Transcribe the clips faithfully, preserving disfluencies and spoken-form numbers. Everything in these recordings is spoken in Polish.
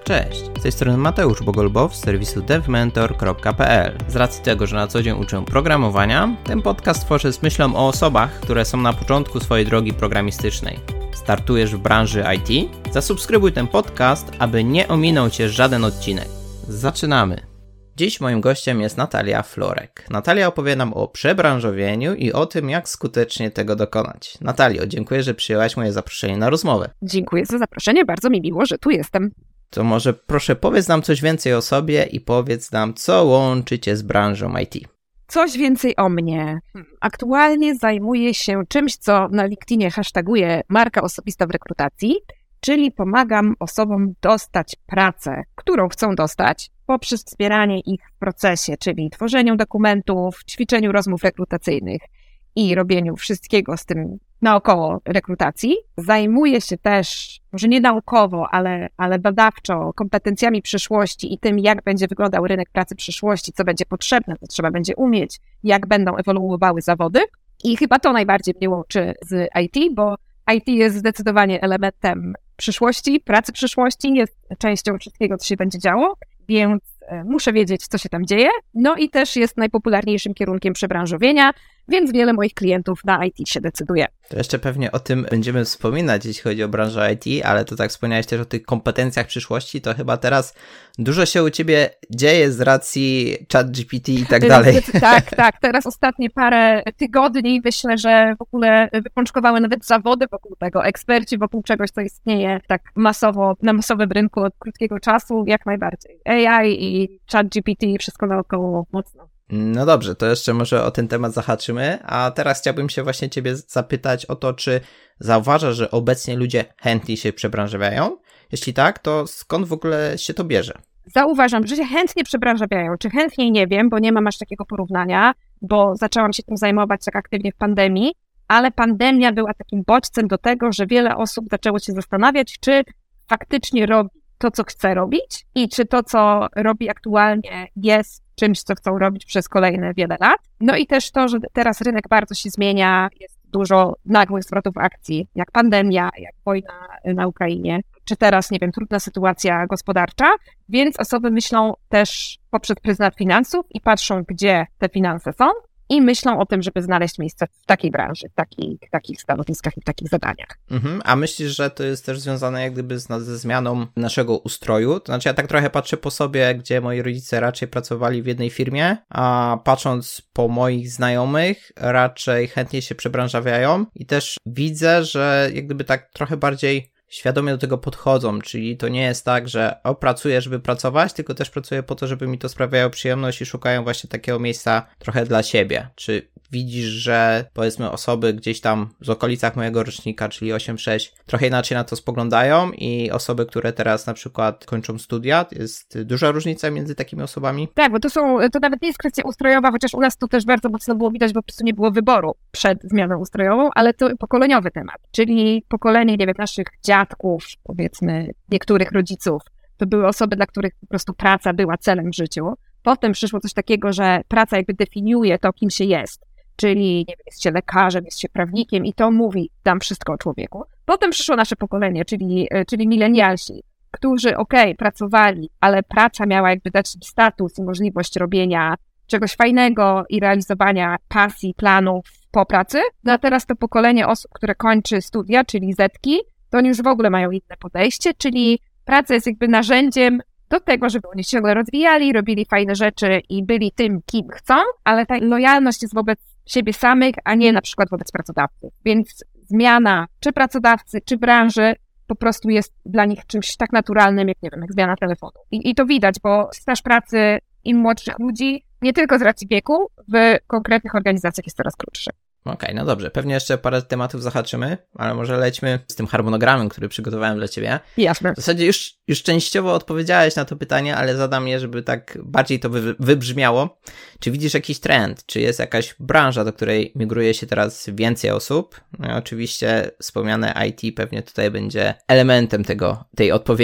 Cześć, z tej strony Mateusz Bogolbow z serwisu devmentor kropka p l. Z racji tego, że na co dzień uczę programowania, ten podcast tworzę z myślą o osobach, które są na początku swojej drogi programistycznej. Startujesz w branży I T? Zasubskrybuj ten podcast, aby nie ominął Cię żaden odcinek. Zaczynamy! Dziś moim gościem jest Natalia Florek. Natalia opowie nam o przebranżowieniu i o tym, jak skutecznie tego dokonać. Natalio, dziękuję, że przyjęłaś moje zaproszenie na rozmowę. Dziękuję za zaproszenie, bardzo mi miło, że tu jestem. To może proszę powiedz nam coś więcej o sobie i powiedz nam, co łączy Cię z branżą I T. Coś więcej o mnie. Aktualnie zajmuję się czymś, co na LinkedInie hashtaguję marka osobista w rekrutacji, czyli pomagam osobom dostać pracę, którą chcą dostać, poprzez wspieranie ich w procesie, czyli tworzeniu dokumentów, ćwiczeniu rozmów rekrutacyjnych i robieniu wszystkiego z tym naokoło rekrutacji. Zajmuję się też, może nie naukowo, ale, ale badawczo, kompetencjami przyszłości i tym, jak będzie wyglądał rynek pracy przyszłości, co będzie potrzebne, co trzeba będzie umieć, jak będą ewoluowały zawody. I chyba to najbardziej mnie łączy z I T, bo I T jest zdecydowanie elementem przyszłości, pracy przyszłości, jest częścią wszystkiego, co się będzie działo, więc muszę wiedzieć, co się tam dzieje. No i też jest najpopularniejszym kierunkiem przebranżowienia, więc wiele moich klientów na I T się decyduje. To jeszcze pewnie o tym będziemy wspominać, jeśli chodzi o branżę I T, ale to tak wspomniałeś też o tych kompetencjach przyszłości, to chyba teraz dużo się u Ciebie dzieje z racji ChatGPT i tak dalej. Tak, tak. Teraz ostatnie parę tygodni myślę, że w ogóle wypączkowały nawet zawody wokół tego, eksperci wokół czegoś, co istnieje tak masowo, na masowym rynku od krótkiego czasu, jak najbardziej. A I i ChatGPT i wszystko naokoło mocno. No dobrze, to jeszcze może o ten temat zahaczymy, a teraz chciałbym się właśnie Ciebie zapytać o to, czy zauważasz, że obecnie ludzie chętniej się przebranżawiają? Jeśli tak, to skąd w ogóle się to bierze? Zauważam, że się chętnie przebranżawiają, czy chętniej nie wiem, bo nie mam aż takiego porównania, bo zaczęłam się tym zajmować tak aktywnie w pandemii, ale pandemia była takim bodźcem do tego, że wiele osób zaczęło się zastanawiać, czy faktycznie robi to, co chce robić i czy to, co robi aktualnie, jest czymś, co chcą robić przez kolejne wiele lat. No i też to, że teraz rynek bardzo się zmienia, jest dużo nagłych zwrotów akcji, jak pandemia, jak wojna na Ukrainie, czy teraz, nie wiem, trudna sytuacja gospodarcza, więc osoby myślą też poprzez pryzmat finansów i patrzą, gdzie te finanse są i myślą o tym, żeby znaleźć miejsce w takiej branży, w takich, takich stanowiskach i w takich zadaniach. Mhm. A myślisz, że to jest też związane jak gdyby z, ze zmianą naszego ustroju? To znaczy ja tak trochę patrzę po sobie, gdzie moi rodzice raczej pracowali w jednej firmie, a patrząc po moich znajomych raczej chętnie się przebranżawiają i też widzę, że jak gdyby tak trochę bardziej świadomie do tego podchodzą, czyli to nie jest tak, że o, pracuję, żeby pracować, tylko też pracuję po to, żeby mi to sprawiało przyjemność i szukają właśnie takiego miejsca trochę dla siebie. Czy widzisz, że powiedzmy osoby gdzieś tam z okolicach mojego rocznika, czyli osiem sześć, trochę inaczej na to spoglądają i osoby, które teraz na przykład kończą studia, jest duża różnica między takimi osobami? Tak, bo to są, to nawet nie jest kwestia ustrojowa, chociaż u nas to też bardzo mocno było widać, bo po prostu nie było wyboru przed zmianą ustrojową, ale to pokoleniowy temat, czyli pokolenie, nie wiem, naszych dziadków, powiedzmy, niektórych rodziców, to były osoby, dla których po prostu praca była celem w życiu. Potem przyszło coś takiego, że praca jakby definiuje to, kim się jest, czyli nie wiem, jest się lekarzem, jest się prawnikiem i to mówi tam wszystko o człowieku. Potem przyszło nasze pokolenie, czyli, czyli milenialsi, którzy okej, okay, pracowali, ale praca miała jakby dać im status i możliwość robienia czegoś fajnego i realizowania pasji, planów po pracy. No a teraz to pokolenie osób, które kończy studia, czyli zetki, to oni już w ogóle mają inne podejście, czyli praca jest jakby narzędziem do tego, żeby oni się ciągle rozwijali, robili fajne rzeczy i byli tym, kim chcą, ale ta lojalność jest wobec siebie samych, a nie na przykład wobec pracodawcy. Więc zmiana czy pracodawcy, czy branży po prostu jest dla nich czymś tak naturalnym, jak nie wiem, jak zmiana telefonu. I, i to widać, bo staż pracy im młodszych ludzi, nie tylko z racji wieku, w konkretnych organizacjach jest coraz krótszy. Okej, okay, no dobrze. Pewnie jeszcze parę tematów zahaczymy, ale może lećmy z tym harmonogramem, który przygotowałem dla Ciebie. Jasne. W zasadzie już, już częściowo odpowiedziałeś na to pytanie, ale zadam je, żeby tak bardziej to wy, wybrzmiało. Czy widzisz jakiś trend? Czy jest jakaś branża, do której migruje się teraz więcej osób? No, oczywiście wspomniane I T pewnie tutaj będzie elementem tego, tej odpowiedzi.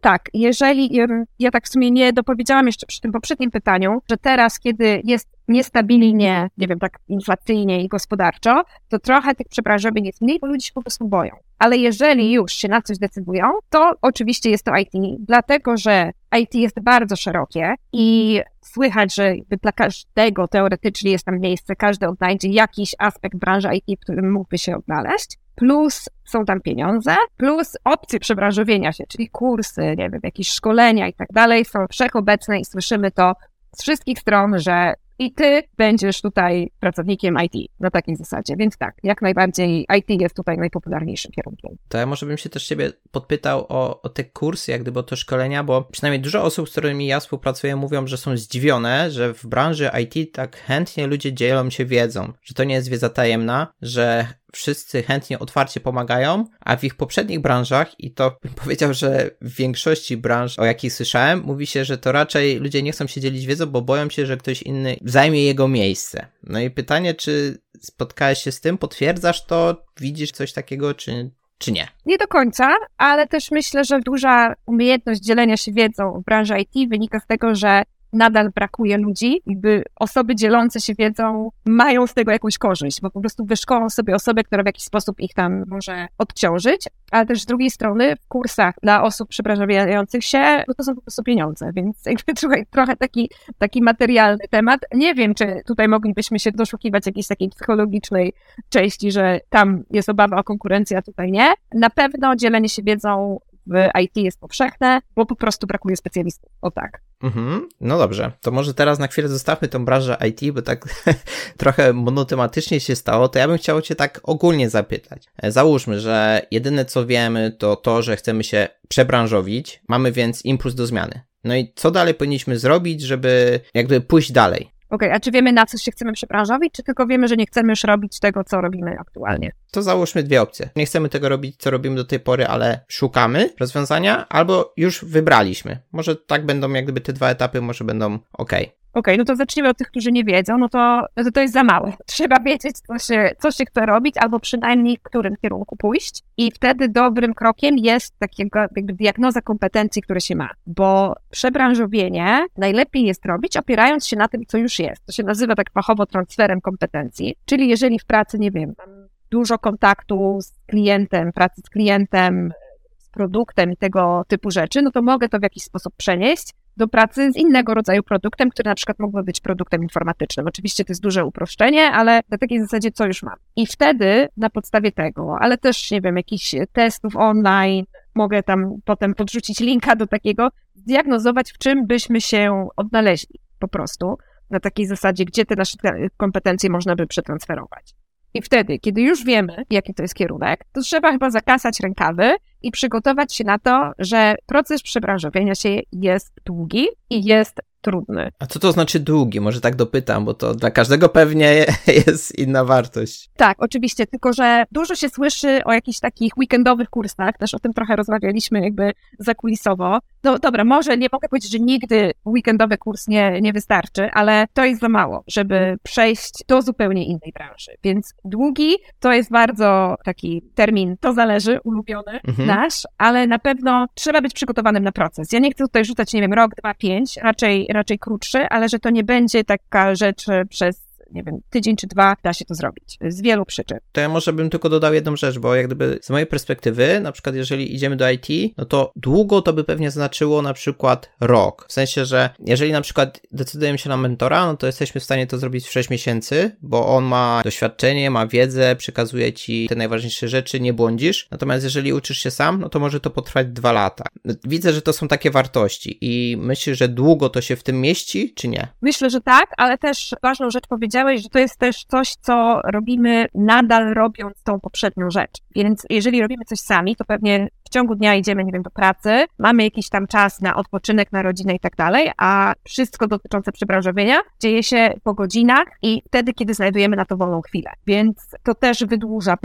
Tak, jeżeli, ja tak w sumie nie dopowiedziałam jeszcze przy tym poprzednim pytaniu, że teraz, kiedy jest niestabilnie, nie wiem, tak inflacyjnie i gospodarczo, to trochę tych przebranżowień jest mniej, bo ludzie się po prostu boją. Ale jeżeli już się na coś decydują, to oczywiście jest to I T, dlatego że I T jest bardzo szerokie i słychać, że dla każdego teoretycznie jest tam miejsce, każdy odnajdzie jakiś aspekt branży I T, w którym mógłby się odnaleźć. Plus są tam pieniądze, plus opcje przebranżowienia się, czyli kursy, nie wiem, jakieś szkolenia i tak dalej, są wszechobecne i słyszymy to z wszystkich stron, że i ty będziesz tutaj pracownikiem I T na takiej zasadzie. Więc tak, jak najbardziej I T jest tutaj najpopularniejszym kierunkiem. To ja może bym się też ciebie podpytał o, o te kursy, jak gdyby o te szkolenia, bo przynajmniej dużo osób, z którymi ja współpracuję, mówią, że są zdziwione, że w branży I T tak chętnie ludzie dzielą się wiedzą, że to nie jest wiedza tajemna, że wszyscy chętnie, otwarcie pomagają, a w ich poprzednich branżach, i to bym powiedział, że w większości branż, o jakich słyszałem, mówi się, że to raczej ludzie nie chcą się dzielić wiedzą, bo boją się, że ktoś inny zajmie jego miejsce. No i pytanie, czy spotkałeś się z tym, potwierdzasz to, widzisz coś takiego, czy, czy nie? Nie do końca, ale też myślę, że duża umiejętność dzielenia się wiedzą w branży I T wynika z tego, że nadal brakuje ludzi, jakby osoby dzielące się wiedzą mają z tego jakąś korzyść, bo po prostu wyszkolą sobie osobę, która w jakiś sposób ich tam może odciążyć, ale też z drugiej strony w kursach dla osób przebranżawiających się, no to są po prostu pieniądze, więc jakby trochę, trochę taki, taki materialny temat. Nie wiem, czy tutaj moglibyśmy się doszukiwać jakiejś takiej psychologicznej części, że tam jest obawa o konkurencję, a tutaj nie. Na pewno dzielenie się wiedzą w I T jest powszechne, bo po prostu brakuje specjalistów. O tak. Mhm, no dobrze, to może teraz na chwilę zostawmy tą branżę I T, bo tak trochę monotematycznie się stało, to ja bym chciał cię tak ogólnie zapytać. Załóżmy, że jedyne co wiemy to to, że chcemy się przebranżowić, mamy więc impuls do zmiany. No i co dalej powinniśmy zrobić, żeby jakby pójść dalej? Okej, okay, a czy wiemy, na co się chcemy przebranżowić, czy tylko wiemy, że nie chcemy już robić tego, co robimy aktualnie? To załóżmy dwie opcje. Nie chcemy tego robić, co robimy do tej pory, ale szukamy rozwiązania, albo już wybraliśmy. Może tak będą jak gdyby te dwa etapy, może będą okej. Okay. Okej, okay, no to zacznijmy od tych, którzy nie wiedzą, no to, no to to jest za małe. Trzeba wiedzieć, co się, co się chce robić, albo przynajmniej w którym kierunku pójść i wtedy dobrym krokiem jest takiego jakby diagnoza kompetencji, które się ma, bo przebranżowienie najlepiej jest robić opierając się na tym, co już jest. To się nazywa tak fachowo transferem kompetencji, czyli jeżeli w pracy, nie wiem, mam dużo kontaktu z klientem, pracy z klientem, z produktem i tego typu rzeczy, no to mogę to w jakiś sposób przenieść do pracy z innego rodzaju produktem, który na przykład mógłby być produktem informatycznym. Oczywiście to jest duże uproszczenie, ale na takiej zasadzie co już mam. I wtedy na podstawie tego, ale też, nie wiem, jakichś testów online, mogę tam potem podrzucić linka do takiego, zdiagnozować, w czym byśmy się odnaleźli po prostu, na takiej zasadzie, gdzie te nasze kompetencje można by przetransferować. I wtedy, kiedy już wiemy, jaki to jest kierunek, to trzeba chyba zakasać rękawy i przygotować się na to, że proces przebranżowienia się jest długi i jest trudny. A co to znaczy długi? Może tak dopytam, bo to dla każdego pewnie jest inna wartość. Tak, oczywiście, tylko że dużo się słyszy o jakichś takich weekendowych kursach, też o tym trochę rozmawialiśmy jakby zakulisowo. No dobra, może nie mogę powiedzieć, że nigdy weekendowy kurs nie, nie wystarczy, ale to jest za mało, żeby przejść do zupełnie innej branży. Więc długi to jest bardzo taki termin, to zależy, ulubiony mhm. nasz, ale na pewno trzeba być przygotowanym na proces. Ja nie chcę tutaj rzucać, nie wiem, rok, dwa, pięć, raczej raczej krótszy, ale że to nie będzie taka rzecz przez, nie wiem, tydzień czy dwa da się to zrobić. Z wielu przyczyn. To ja może bym tylko dodał jedną rzecz, bo jak gdyby z mojej perspektywy, na przykład jeżeli idziemy do I T, no to długo to by pewnie znaczyło na przykład rok. W sensie, że jeżeli na przykład decydujemy się na mentora, no to jesteśmy w stanie to zrobić w sześć miesięcy, bo on ma doświadczenie, ma wiedzę, przekazuje ci te najważniejsze rzeczy, nie błądzisz. Natomiast jeżeli uczysz się sam, no to może to potrwać dwa lata. Widzę, że to są takie wartości i myślisz, że długo to się w tym mieści, czy nie? Myślę, że tak, ale też ważną rzecz powiedziałeś, że to jest też coś, co robimy nadal robiąc tą poprzednią rzecz. Więc jeżeli robimy coś sami, to pewnie w ciągu dnia idziemy, nie wiem, do pracy, mamy jakiś tam czas na odpoczynek, na rodzinę i tak dalej, a wszystko dotyczące przebranżowienia dzieje się po godzinach i wtedy, kiedy znajdujemy na to wolną chwilę. Więc to też wydłuża proces.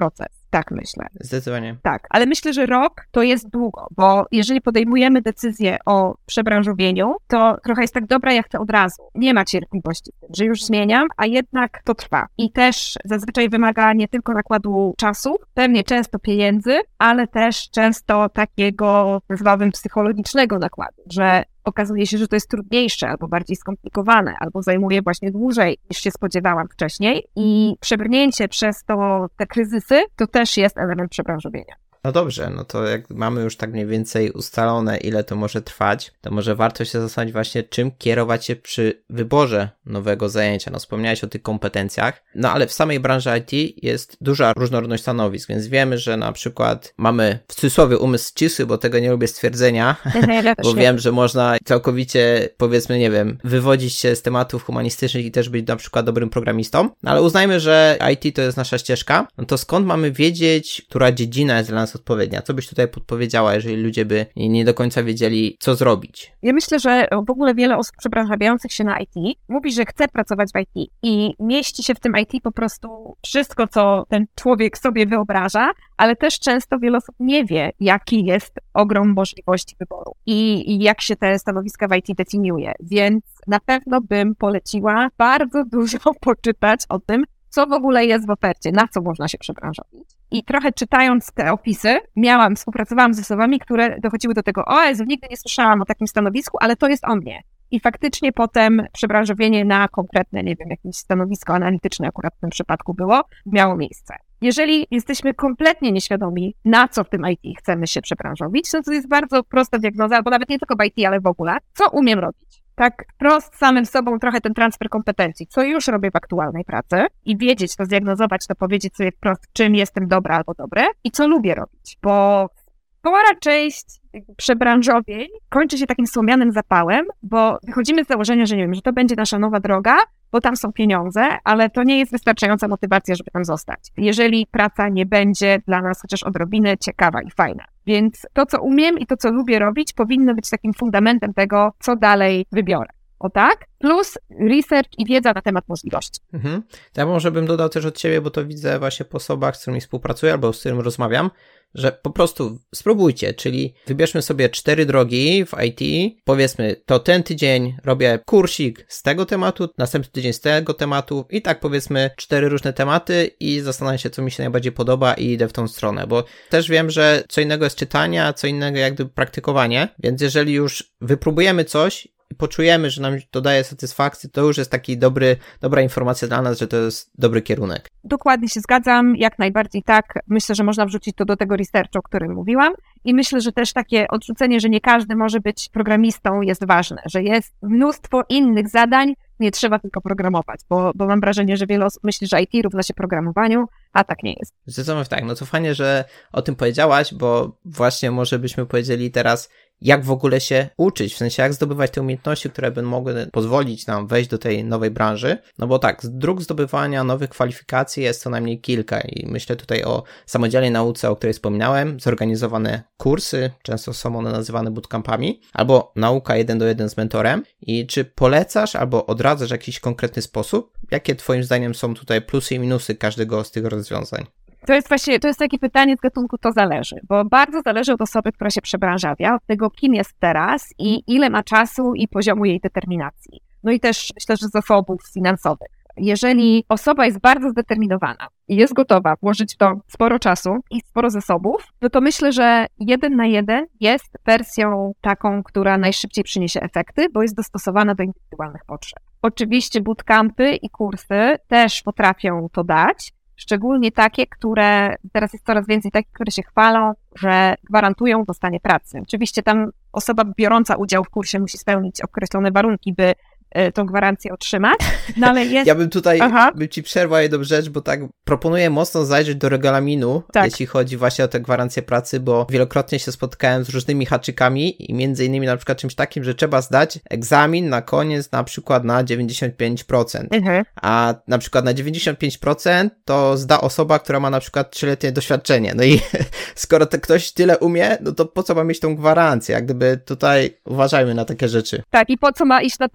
Tak myślę. Zdecydowanie. Tak, ale myślę, że rok to jest długo, bo jeżeli podejmujemy decyzję o przebranżowieniu, to trochę jest tak dobra, jak chcę od razu. Nie ma cierpliwości w tym, że już zmieniam, a jednak to trwa. I też zazwyczaj wymaga nie tylko nakładu czasu, pewnie często pieniędzy, ale też często takiego, nazwałabym, psychologicznego nakładu, że okazuje się, że to jest trudniejsze albo bardziej skomplikowane, albo zajmuje właśnie dłużej niż się spodziewałam wcześniej i przebrnięcie przez to te kryzysy to też jest element przebranżowienia. No dobrze, no to jak mamy już tak mniej więcej ustalone, ile to może trwać, to może warto się zastanowić właśnie, czym kierować się przy wyborze nowego zajęcia. No wspomniałeś o tych kompetencjach, no ale w samej branży I T jest duża różnorodność stanowisk, więc wiemy, że na przykład mamy w cudzysłowie umysł ścisły, bo tego nie lubię stwierdzenia, bo wiem, że można całkowicie, powiedzmy, nie wiem, wywodzić się z tematów humanistycznych i też być na przykład dobrym programistą, no ale uznajmy, że I T to jest nasza ścieżka, no to skąd mamy wiedzieć, która dziedzina jest dla nas odpowiednia? Co byś tutaj podpowiedziała, jeżeli ludzie by nie do końca wiedzieli, co zrobić? Ja myślę, że w ogóle wiele osób przebranżawiających się na I T mówi, że chce pracować w I T i mieści się w tym I T po prostu wszystko, co ten człowiek sobie wyobraża, ale też często wiele osób nie wie, jaki jest ogrom możliwości wyboru i, i jak się te stanowiska w I T definiuje, więc na pewno bym poleciła bardzo dużo poczytać o tym, co w ogóle jest w ofercie, na co można się przebranżowić. I trochę czytając te opisy, miałam, współpracowałam z osobami, które dochodziły do tego, o Jezu, nigdy nie słyszałam o takim stanowisku, ale to jest o mnie. I faktycznie potem przebranżowienie na konkretne, nie wiem, jakieś stanowisko analityczne akurat w tym przypadku było, miało miejsce. Jeżeli jesteśmy kompletnie nieświadomi, na co w tym I T chcemy się przebranżowić, to to jest bardzo prosta diagnoza, albo nawet nie tylko w I T, ale w ogóle, co umiem robić. Tak wprost samym sobą trochę ten transfer kompetencji, co już robię w aktualnej pracy i wiedzieć to, zdiagnozować to, powiedzieć sobie wprost, czym jestem dobra albo dobre i co lubię robić, bo spora część przebranżowień kończy się takim słomianym zapałem, bo wychodzimy z założenia, że nie wiem, że to będzie nasza nowa droga, bo tam są pieniądze, ale to nie jest wystarczająca motywacja, żeby tam zostać. Jeżeli praca nie będzie dla nas chociaż odrobinę ciekawa i fajna. Więc to, co umiem i to, co lubię robić, powinno być takim fundamentem tego, co dalej wybiorę. O tak? Plus research i wiedza na temat możliwości. Mhm. Ja może bym dodał też od siebie, bo to widzę właśnie po osobach, z którymi współpracuję albo z którymi rozmawiam, że po prostu spróbujcie, czyli wybierzmy sobie cztery drogi w I T, powiedzmy, to ten tydzień robię kursik z tego tematu, następny tydzień z tego tematu i tak powiedzmy cztery różne tematy i zastanawiam się, co mi się najbardziej podoba i idę w tą stronę, bo też wiem, że co innego jest czytanie, a co innego jak gdyby praktykowanie, więc jeżeli już wypróbujemy coś i poczujemy, że nam to daje satysfakcję, to już jest taki dobry, dobra informacja dla nas, że to jest dobry kierunek. Dokładnie się zgadzam, jak najbardziej tak. Myślę, że można wrzucić to do tego researchu, o którym mówiłam i myślę, że też takie odrzucenie, że nie każdy może być programistą jest ważne, że jest mnóstwo innych zadań, nie trzeba tylko programować, bo, bo mam wrażenie, że wiele osób myśli, że I T równa się programowaniu, a tak nie jest. Zdecydowanie tak, no to fajnie, że o tym powiedziałaś, bo właśnie może byśmy powiedzieli teraz, jak w ogóle się uczyć, w sensie jak zdobywać te umiejętności, które by mogły pozwolić nam wejść do tej nowej branży, no bo tak, dróg zdobywania nowych kwalifikacji jest co najmniej kilka i myślę tutaj o samodzielnej nauce, o której wspominałem, zorganizowane kursy, często są one nazywane bootcampami, albo nauka jeden do jeden z mentorem i czy polecasz albo odradzasz jakiś konkretny sposób? Jakie twoim zdaniem są tutaj plusy i minusy każdego z tych rozwiązań? To jest właśnie, to jest takie pytanie z gatunku to zależy, bo bardzo zależy od osoby, która się przebranżawia, od tego, kim jest teraz i ile ma czasu i poziomu jej determinacji. No i też myślę, że zasobów finansowych. Jeżeli osoba jest bardzo zdeterminowana i jest gotowa włożyć w to sporo czasu i sporo zasobów, no to myślę, że jeden na jeden jest wersją taką, która najszybciej przyniesie efekty, bo jest dostosowana do indywidualnych potrzeb. Oczywiście bootcampy i kursy też potrafią to dać, szczególnie takie, które, teraz jest coraz więcej takich, które się chwalą, że gwarantują dostanie pracy. Oczywiście tam osoba biorąca udział w kursie musi spełnić określone warunki, by tą gwarancję otrzymać, no ale jest... Ja bym tutaj, Aha. bym ci przerwał jedną rzecz, bo tak proponuję mocno zajrzeć do regulaminu, tak. jeśli chodzi właśnie o tę gwarancję pracy, bo wielokrotnie się spotkałem z różnymi haczykami i między innymi na przykład czymś takim, że trzeba zdać egzamin na koniec na przykład na dziewięćdziesiąt pięć procent, mhm. a na przykład na dziewięćdziesiąt pięć procent to zda osoba, która ma na przykład trzyletnie doświadczenie, no i skoro to ktoś tyle umie, no to po co ma mieć tą gwarancję, jak gdyby tutaj uważajmy na takie rzeczy. Tak, i po co ma iść na taki kurs?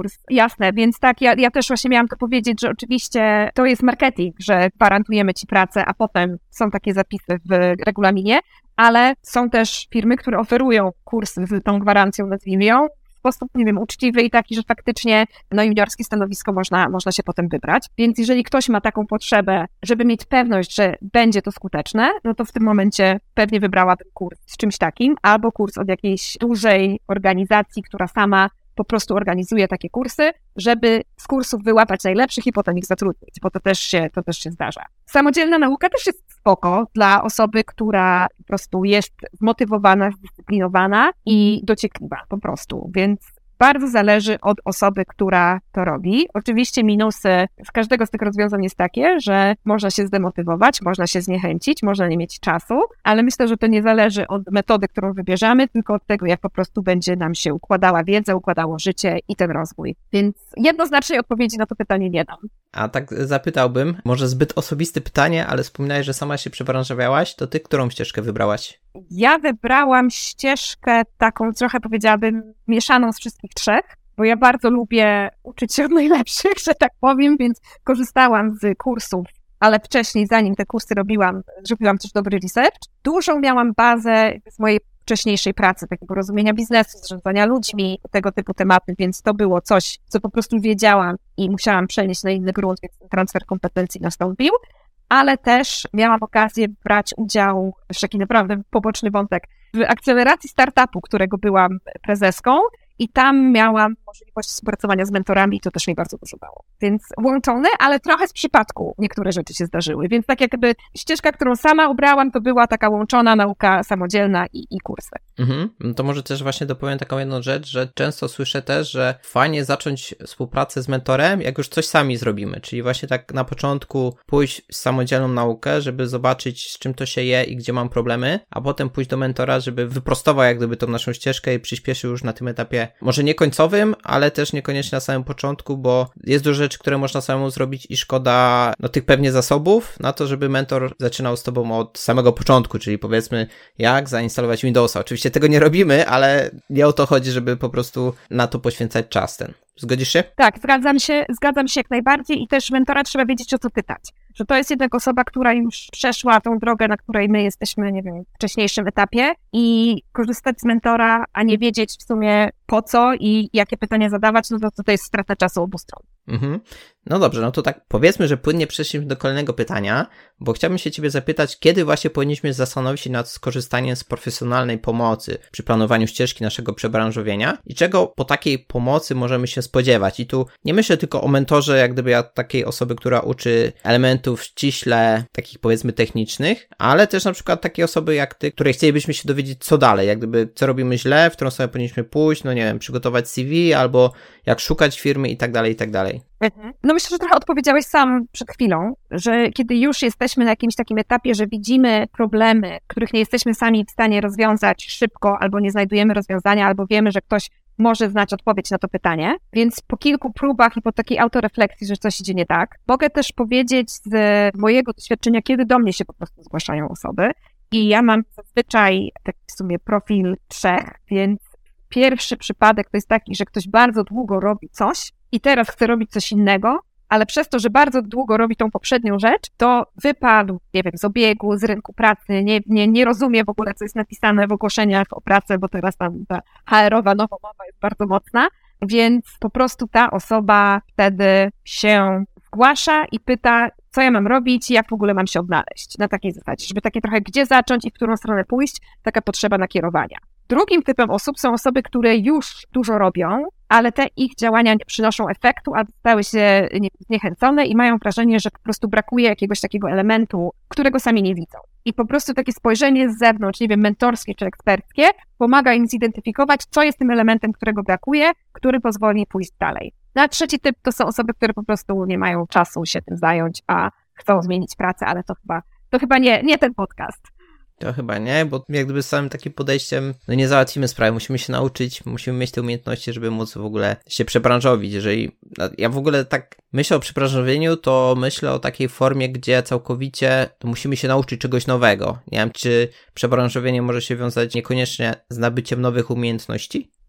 kurs. Jasne, więc tak, ja, ja też właśnie miałam to powiedzieć, że oczywiście to jest marketing, że gwarantujemy ci pracę, a potem są takie zapisy w regulaminie, ale są też firmy, które oferują kursy z tą gwarancją, nazwijmy ją, w sposób, nie wiem, uczciwy i taki, że faktycznie na juniorskie stanowisko można, można się potem wybrać. Więc jeżeli ktoś ma taką potrzebę, żeby mieć pewność, że będzie to skuteczne, no to w tym momencie pewnie wybrałabym kurs z czymś takim, albo kurs od jakiejś dużej organizacji, która sama po prostu organizuje takie kursy, żeby z kursów wyłapać najlepszych i potem ich zatrudnić, bo to też się, to też się zdarza. Samodzielna nauka też jest spoko dla osoby, która po prostu jest zmotywowana, zdyscyplinowana i dociekliwa po prostu, więc bardzo zależy od osoby, która to robi. Oczywiście minusy z każdego z tych rozwiązań jest takie, że można się zdemotywować, można się zniechęcić, można nie mieć czasu, ale myślę, że to nie zależy od metody, którą wybierzemy, tylko od tego, jak po prostu będzie nam się układała wiedza, układało życie i ten rozwój. Więc jednoznacznej odpowiedzi na to pytanie nie dam. A tak zapytałbym, może zbyt osobiste pytanie, ale wspominałeś, że sama się przebranżowiałaś, to ty którą ścieżkę wybrałaś? Ja wybrałam ścieżkę taką trochę, powiedziałabym, mieszaną z wszystkich trzech, bo ja bardzo lubię uczyć się od najlepszych, że tak powiem, więc korzystałam z kursów, ale wcześniej, zanim te kursy robiłam, zrobiłam też dobry research. Dużą miałam bazę z mojej wcześniejszej pracy, takiego rozumienia biznesu, zarządzania ludźmi, tego typu tematy, więc to było coś, co po prostu wiedziałam i musiałam przenieść na inny grunt, więc ten transfer kompetencji nastąpił, ale też miałam okazję brać udział, też taki naprawdę poboczny wątek, w akceleracji startupu, którego byłam prezeską i tam miałam możliwość współpracowania z mentorami i to też mi bardzo dużo dało. Więc łączone, ale trochę z przypadku niektóre rzeczy się zdarzyły, więc tak jakby ścieżka, którą sama ubrałam, to była taka łączona nauka samodzielna i, i kursy. Mhm. No to może też właśnie dopowiem taką jedną rzecz, że często słyszę też, że fajnie zacząć współpracę z mentorem, jak już coś sami zrobimy, czyli właśnie tak na początku pójść w samodzielną naukę, żeby zobaczyć, z czym to się je i gdzie mam problemy, a potem pójść do mentora, żeby wyprostował jak gdyby tą naszą ścieżkę i przyspieszył już na tym etapie, może nie końcowym, ale też niekoniecznie na samym początku, bo jest dużo rzeczy, które można samemu zrobić i szkoda no tych pewnie zasobów na to, żeby mentor zaczynał z tobą od samego początku, czyli powiedzmy jak zainstalować Windowsa. Oczywiście tego nie robimy, ale nie o to chodzi, żeby po prostu na to poświęcać czas ten. Zgodzisz się? Tak, zgadzam się, zgadzam się jak najbardziej i też mentora trzeba wiedzieć, o co pytać. Że to jest jednak osoba, która już przeszła tą drogę, na której my jesteśmy, nie wiem, w wcześniejszym etapie i korzystać z mentora, a nie wiedzieć w sumie po co i jakie pytania zadawać, no to to jest strata czasu obu stron. Mhm. No dobrze, no to tak powiedzmy, że płynnie przeszliśmy do kolejnego pytania, bo chciałbym się ciebie zapytać, kiedy właśnie powinniśmy zastanowić się nad skorzystaniem z profesjonalnej pomocy przy planowaniu ścieżki naszego przebranżowienia i czego po takiej pomocy możemy się spodziewać. I tu nie myślę tylko o mentorze, jak gdyby ja takiej osoby, która uczy elementów ściśle takich powiedzmy technicznych, ale też na przykład takiej osoby jak ty, której chcielibyśmy się dowiedzieć co dalej, jak gdyby co robimy źle, w którą stronę powinniśmy pójść, no nie wiem, przygotować C V albo jak szukać firmy i tak dalej, i tak dalej. No myślę, że trochę odpowiedziałeś sam przed chwilą, że kiedy już jesteśmy na jakimś takim etapie, że widzimy problemy, których nie jesteśmy sami w stanie rozwiązać szybko, albo nie znajdujemy rozwiązania, albo wiemy, że ktoś może znać odpowiedź na to pytanie, więc po kilku próbach i po takiej autorefleksji, że coś idzie nie tak, mogę też powiedzieć z mojego doświadczenia, kiedy do mnie się po prostu zgłaszają osoby i ja mam zazwyczaj taki w sumie profil trzech, więc pierwszy przypadek to jest taki, że ktoś bardzo długo robi coś i teraz chce robić coś innego, ale przez to, że bardzo długo robi tą poprzednią rzecz, to wypadł, nie wiem, z obiegu, z rynku pracy, nie, nie, nie rozumie w ogóle, co jest napisane w ogłoszeniach o pracę, bo teraz tam ta H R-owa nowomowa jest bardzo mocna, więc po prostu ta osoba wtedy się zgłasza i pyta, co ja mam robić i jak w ogóle mam się odnaleźć na takiej zasadzie, żeby takie trochę gdzie zacząć i w którą stronę pójść, taka potrzeba nakierowania. Drugim typem osób są osoby, które już dużo robią, ale te ich działania nie przynoszą efektu, a zostały się zniechęcone i mają wrażenie, że po prostu brakuje jakiegoś takiego elementu, którego sami nie widzą. I po prostu takie spojrzenie z zewnątrz, nie wiem, mentorskie czy eksperckie, pomaga im zidentyfikować, co jest tym elementem, którego brakuje, który pozwoli pójść dalej. No a trzeci typ to są osoby, które po prostu nie mają czasu się tym zająć, a chcą zmienić pracę, ale to chyba, to chyba nie, nie ten podcast. To chyba nie, bo jak gdyby z samym takim podejściem no nie załatwimy sprawy, musimy się nauczyć, musimy mieć te umiejętności, żeby móc w ogóle się przebranżowić. Jeżeli ja w ogóle tak myślę o przebranżowieniu, to myślę o takiej formie, gdzie całkowicie musimy się nauczyć czegoś nowego. Nie wiem, czy przebranżowienie może się wiązać niekoniecznie z nabyciem nowych umiejętności?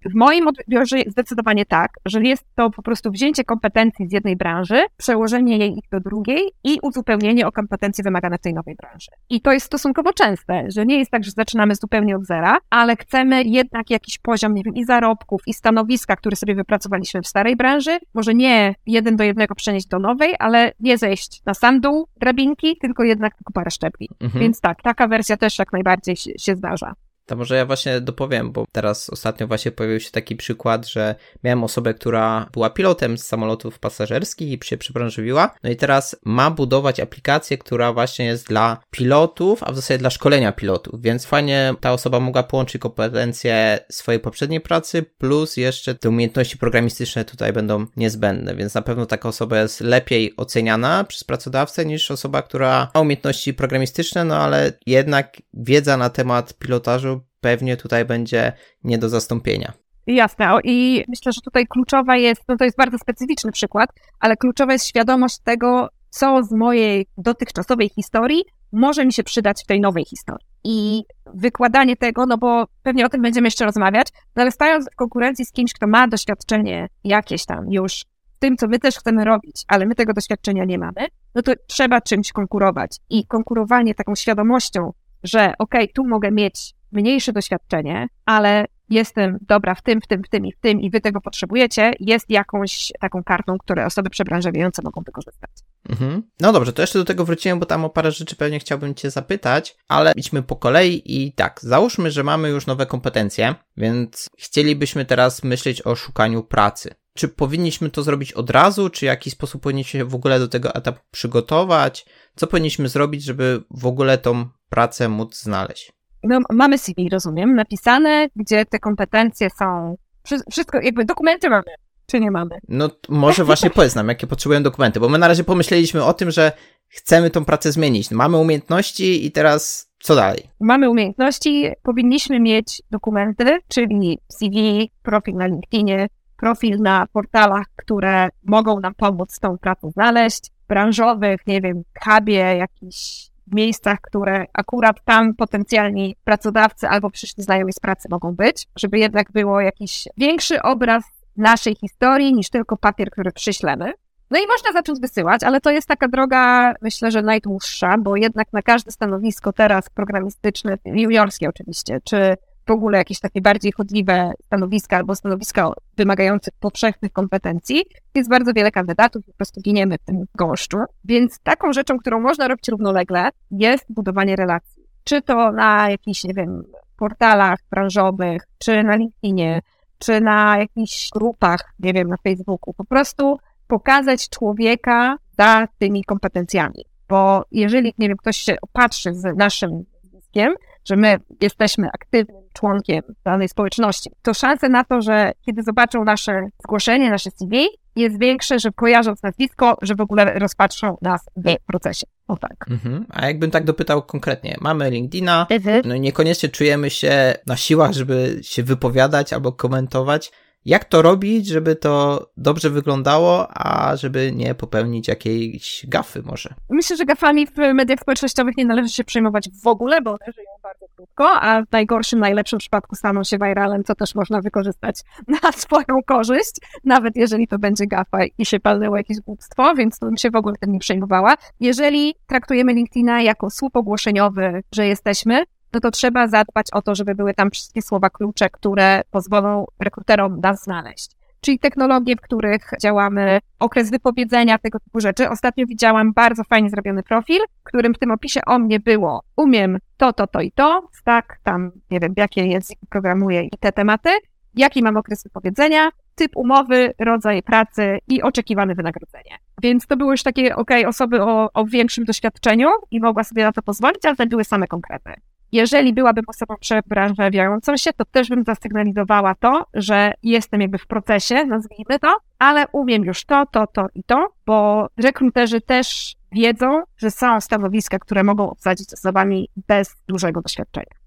W moim odbiorze zdecydowanie tak, że jest to po prostu wzięcie kompetencji z jednej branży, przełożenie jej do drugiej i uzupełnienie o kompetencje wymagane w tej nowej branży. I to jest stosunkowo częste, że nie jest tak, że zaczynamy zupełnie od zera, ale chcemy jednak jakiś poziom, nie wiem, i zarobków, i stanowiska, które sobie wypracowaliśmy w starej branży, może nie jeden do jednego przenieść do nowej, ale nie zejść na sam dół drabinki, tylko jednak tylko parę szczebli. Mhm. Więc tak, taka wersja też jak najbardziej się, się zdarza. To może ja właśnie dopowiem, bo teraz ostatnio właśnie pojawił się taki przykład, że miałem osobę, która była pilotem z samolotów pasażerskich i się przebranżowiła, no i teraz ma budować aplikację, która właśnie jest dla pilotów, a w zasadzie dla szkolenia pilotów, więc fajnie ta osoba mogła połączyć kompetencje swojej poprzedniej pracy, plus jeszcze te umiejętności programistyczne tutaj będą niezbędne, więc na pewno taka osoba jest lepiej oceniana przez pracodawcę niż osoba, która ma umiejętności programistyczne, no ale jednak wiedza na temat pilotażu pewnie tutaj będzie nie do zastąpienia. Jasne. I myślę, że tutaj kluczowa jest, no to jest bardzo specyficzny przykład, ale kluczowa jest świadomość tego, co z mojej dotychczasowej historii może mi się przydać w tej nowej historii. I wykładanie tego, no bo pewnie o tym będziemy jeszcze rozmawiać, no ale stając w konkurencji z kimś, kto ma doświadczenie jakieś tam już w tym, co my też chcemy robić, ale my tego doświadczenia nie mamy, no to trzeba czymś konkurować. I konkurowanie taką świadomością, że okej, okay, tu mogę mieć mniejsze doświadczenie, ale jestem dobra w tym, w tym, w tym i w tym i wy tego potrzebujecie, jest jakąś taką kartą, które osoby przebranżawiające mogą wykorzystać. Mhm. No dobrze, to jeszcze do tego wróciłem, bo tam o parę rzeczy pewnie chciałbym cię zapytać, ale idźmy po kolei i tak, załóżmy, że mamy już nowe kompetencje, więc chcielibyśmy teraz myśleć o szukaniu pracy. Czy powinniśmy to zrobić od razu, czy w jakiś sposób powinniśmy się w ogóle do tego etapu przygotować? Co powinniśmy zrobić, żeby w ogóle tą pracę móc znaleźć? No, mamy C V, rozumiem, napisane, gdzie te kompetencje są, wszystko, jakby dokumenty mamy, czy nie mamy? No może właśnie powiedz nam, jakie potrzebują dokumenty, bo my na razie pomyśleliśmy o tym, że chcemy tą pracę zmienić. Mamy umiejętności i teraz co dalej? Mamy umiejętności, powinniśmy mieć dokumenty, czyli C V, profil na LinkedInie, profil na portalach, które mogą nam pomóc tą pracę znaleźć, branżowych, nie wiem, hubie, jakichś w miejscach, które akurat tam potencjalni pracodawcy albo przyszli znajomi z pracy mogą być, żeby jednak było jakiś większy obraz naszej historii niż tylko papier, który przyślemy. No i można zacząć wysyłać, ale to jest taka droga, myślę, że najdłuższa, bo jednak na każde stanowisko teraz programistyczne, juniorskie oczywiście, czy w ogóle jakieś takie bardziej chodliwe stanowiska albo stanowiska wymagające powszechnych kompetencji, jest bardzo wiele kandydatów i po prostu giniemy w tym gąszczu. Więc taką rzeczą, którą można robić równolegle, jest budowanie relacji. Czy to na jakichś, nie wiem, portalach branżowych, czy na LinkedInie, czy na jakichś grupach, nie wiem, na Facebooku. Po prostu pokazać człowieka za tymi kompetencjami. Bo jeżeli, nie wiem, ktoś się opatrzy z naszym nazwiskiem, że my jesteśmy aktywnym członkiem danej społeczności, to szanse na to, że kiedy zobaczą nasze zgłoszenie, nasze C V, jest większe, że kojarząc nazwisko, że w ogóle rozpatrzą nas w procesie. O tak. Mhm. A jakbym tak dopytał konkretnie, mamy LinkedIna, no i niekoniecznie czujemy się na siłach, żeby się wypowiadać albo komentować. Jak to robić, żeby to dobrze wyglądało, a żeby nie popełnić jakiejś gafy może? Myślę, że gafami w mediach społecznościowych nie należy się przejmować w ogóle, bo one żyją bardzo krótko, a w najgorszym, najlepszym przypadku staną się viralem, co też można wykorzystać na swoją korzyść, nawet jeżeli to będzie gafa i się palnęło jakieś głupstwo, więc to bym się w ogóle tym nie przejmowała. Jeżeli traktujemy LinkedIna jako słup ogłoszeniowy, że jesteśmy, no to trzeba zadbać o to, żeby były tam wszystkie słowa klucze, które pozwolą rekruterom nas znaleźć. Czyli technologie, w których działamy, okres wypowiedzenia, tego typu rzeczy. Ostatnio widziałam bardzo fajnie zrobiony profil, w którym w tym opisie o mnie było: umiem to, to, to i to, tak, tam nie wiem, jakie języki programuję i te tematy, jaki mam okres wypowiedzenia, typ umowy, rodzaj pracy i oczekiwane wynagrodzenie. Więc to były już takie, okej, okay, osoby o, o większym doświadczeniu i mogła sobie na to pozwolić, ale to były same konkrety. Jeżeli byłabym osobą przebranżawiającą się, to też bym zasygnalizowała to, że jestem jakby w procesie, nazwijmy to, ale umiem już to, to, to i to, bo rekruterzy też wiedzą, że są stanowiska, które mogą obsadzić osobami bez dużego doświadczenia.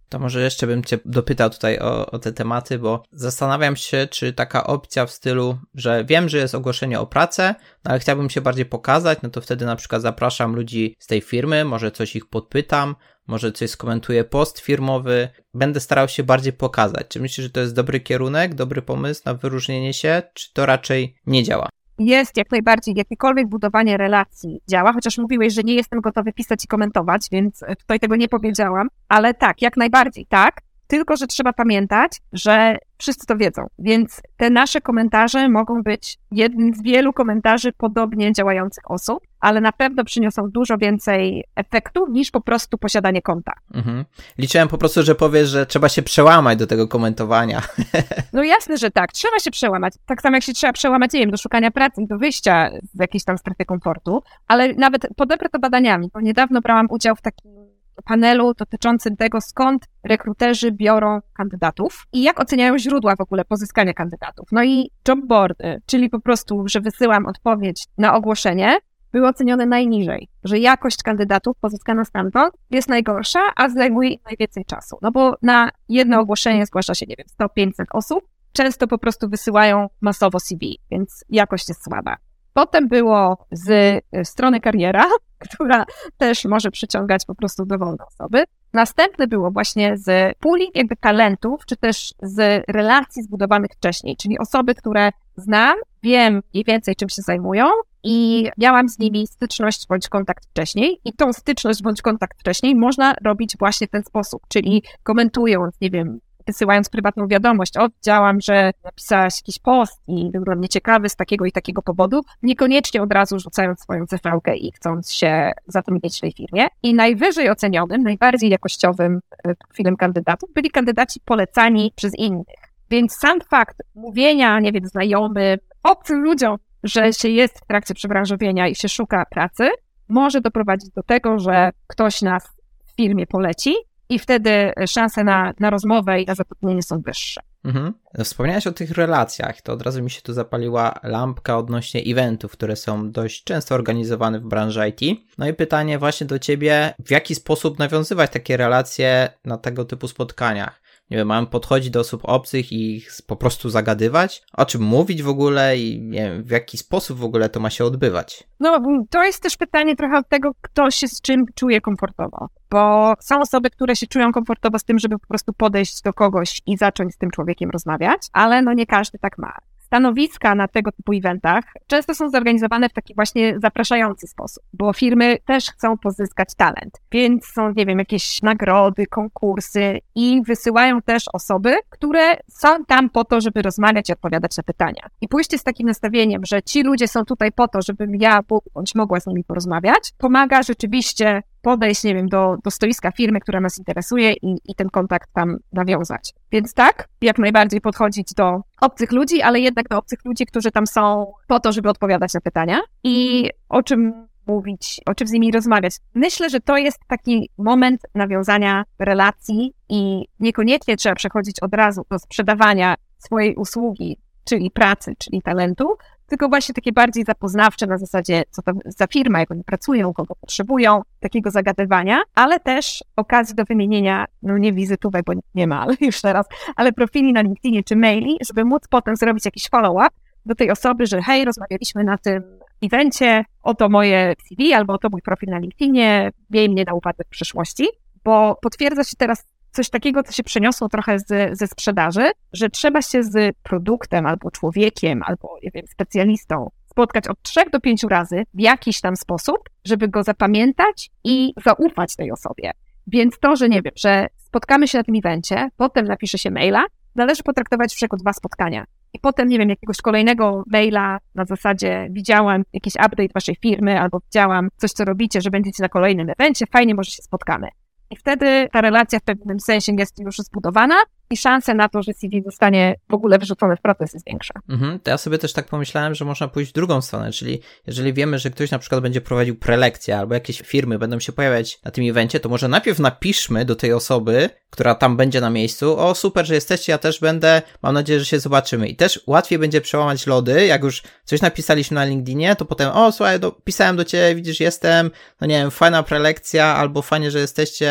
To może jeszcze bym cię dopytał tutaj o, o te tematy, bo zastanawiam się, czy taka opcja w stylu, że wiem, że jest ogłoszenie o pracę, no ale chciałbym się bardziej pokazać, no to wtedy na przykład zapraszam ludzi z tej firmy, może coś ich podpytam, może coś skomentuję post firmowy, będę starał się bardziej pokazać. Czy myślisz, że to jest dobry kierunek, dobry pomysł na wyróżnienie się, czy to raczej nie działa? Jest jak najbardziej, jakiekolwiek budowanie relacji działa, chociaż mówiłeś, że nie jestem gotowy pisać i komentować, więc tutaj tego nie powiedziałam, ale tak, jak najbardziej tak, tylko że trzeba pamiętać, że wszyscy to wiedzą, więc te nasze komentarze mogą być jednym z wielu komentarzy podobnie działających osób, ale na pewno przyniosą dużo więcej efektu niż po prostu posiadanie konta. Mhm. Liczyłem po prostu, że powiesz, że trzeba się przełamać do tego komentowania. No jasne, że tak, trzeba się przełamać. Tak samo jak się trzeba przełamać, nie wiem, do szukania pracy, do wyjścia z jakiejś tam strefy komfortu, ale nawet podeprę to badaniami, bo niedawno brałam udział w takim panelu dotyczącym tego, skąd rekruterzy biorą kandydatów i jak oceniają źródła w ogóle pozyskania kandydatów. No i jobboardy, czyli po prostu, że wysyłam odpowiedź na ogłoszenie, były ocenione najniżej, że jakość kandydatów pozyskana stamtąd jest najgorsza, a zajmuje najwięcej czasu. No bo na jedno ogłoszenie zgłasza się, nie wiem, sto pięćset osób, często po prostu wysyłają masowo C V, więc jakość jest słaba. Potem było z strony kariera, która też może przyciągać po prostu dowolne osoby. Następne było właśnie z puli jakby talentów, czy też z relacji zbudowanych wcześniej, czyli osoby, które znam, wiem mniej więcej czym się zajmują i miałam z nimi styczność bądź kontakt wcześniej i tą styczność bądź kontakt wcześniej można robić właśnie w ten sposób, czyli komentując, nie wiem, wysyłając prywatną wiadomość, o, widziałam, że napisałaś jakiś post i byłem nieciekawy z takiego i takiego powodu, niekoniecznie od razu rzucając swoją C V-kę i chcąc się zatrudnić w tej firmie. I najwyżej ocenionym, najbardziej jakościowym profilem kandydatów byli kandydaci polecani przez innych. Więc sam fakt mówienia, nie wiem, znajomym, obcym ludziom, że się jest w trakcie przebranżowienia i się szuka pracy, może doprowadzić do tego, że ktoś nas w firmie poleci, i wtedy szanse na, na rozmowę i na zatrudnienie są wyższe. Mhm. Wspomniałeś o tych relacjach, to od razu mi się tu zapaliła lampka odnośnie eventów, które są dość często organizowane w branży I T. No i pytanie właśnie do ciebie, w jaki sposób nawiązywać takie relacje na tego typu spotkaniach? Nie wiem, mam podchodzić do osób obcych i ich po prostu zagadywać? O czym mówić w ogóle i nie wiem, w jaki sposób w ogóle to ma się odbywać? No, to jest też pytanie trochę od tego, kto się z czym czuje komfortowo, bo są osoby, które się czują komfortowo z tym, żeby po prostu podejść do kogoś i zacząć z tym człowiekiem rozmawiać, ale no nie każdy tak ma. Stanowiska na tego typu eventach często są zorganizowane w taki właśnie zapraszający sposób, bo firmy też chcą pozyskać talent, więc są, nie wiem, jakieś nagrody, konkursy i wysyłają też osoby, które są tam po to, żeby rozmawiać i odpowiadać na pytania. I pójście z takim nastawieniem, że ci ludzie są tutaj po to, żebym ja bądź mogła z nimi porozmawiać, pomaga rzeczywiście podejść, nie wiem, do, do stoiska firmy, która nas interesuje i, i ten kontakt tam nawiązać. Więc tak, jak najbardziej podchodzić do obcych ludzi, ale jednak do obcych ludzi, którzy tam są po to, żeby odpowiadać na pytania i o czym mówić, o czym z nimi rozmawiać. Myślę, że to jest taki moment nawiązania relacji i niekoniecznie trzeba przechodzić od razu do sprzedawania swojej usługi, czyli pracy, czyli talentu, tylko właśnie takie bardziej zapoznawcze na zasadzie, co to za firma, jak oni pracują, kogo potrzebują, takiego zagadywania, ale też okazji do wymienienia, no nie wizytówek, bo nie ma, ale już teraz, ale profili na LinkedInie czy maili, żeby móc potem zrobić jakiś follow-up do tej osoby, że hej, rozmawialiśmy na tym evencie, oto moje C V albo oto mój profil na LinkedInie, miej mnie na upadek w przyszłości, bo potwierdza się teraz coś takiego, co się przeniosło trochę z, ze sprzedaży, że trzeba się z produktem albo człowiekiem, albo nie wiem, specjalistą spotkać od trzech do pięciu razy w jakiś tam sposób, żeby go zapamiętać i zaufać tej osobie. Więc to, że nie wiem, że spotkamy się na tym evencie, potem napisze się maila, należy potraktować w jako dwa spotkania. I potem, nie wiem, jakiegoś kolejnego maila na zasadzie widziałam jakiś update waszej firmy albo widziałam coś, co robicie, że będziecie na kolejnym evencie, fajnie, może się spotkamy. I wtedy ta relacja w pewnym sensie jest już zbudowana i szanse na to, że C V zostanie w ogóle wyrzucone w proces jest większa. Mhm, to ja sobie też tak pomyślałem, że można pójść w drugą stronę, czyli jeżeli wiemy, że ktoś na przykład będzie prowadził prelekcję albo jakieś firmy będą się pojawiać na tym evencie, to może najpierw napiszmy do tej osoby, która tam będzie na miejscu, o super, że jesteście, ja też będę, mam nadzieję, że się zobaczymy. I też łatwiej będzie przełamać lody, jak już coś napisaliśmy na LinkedInie, to potem, o słuchaj, do, pisałem do ciebie, widzisz, jestem, no nie wiem, fajna prelekcja, albo fajnie, że jesteście,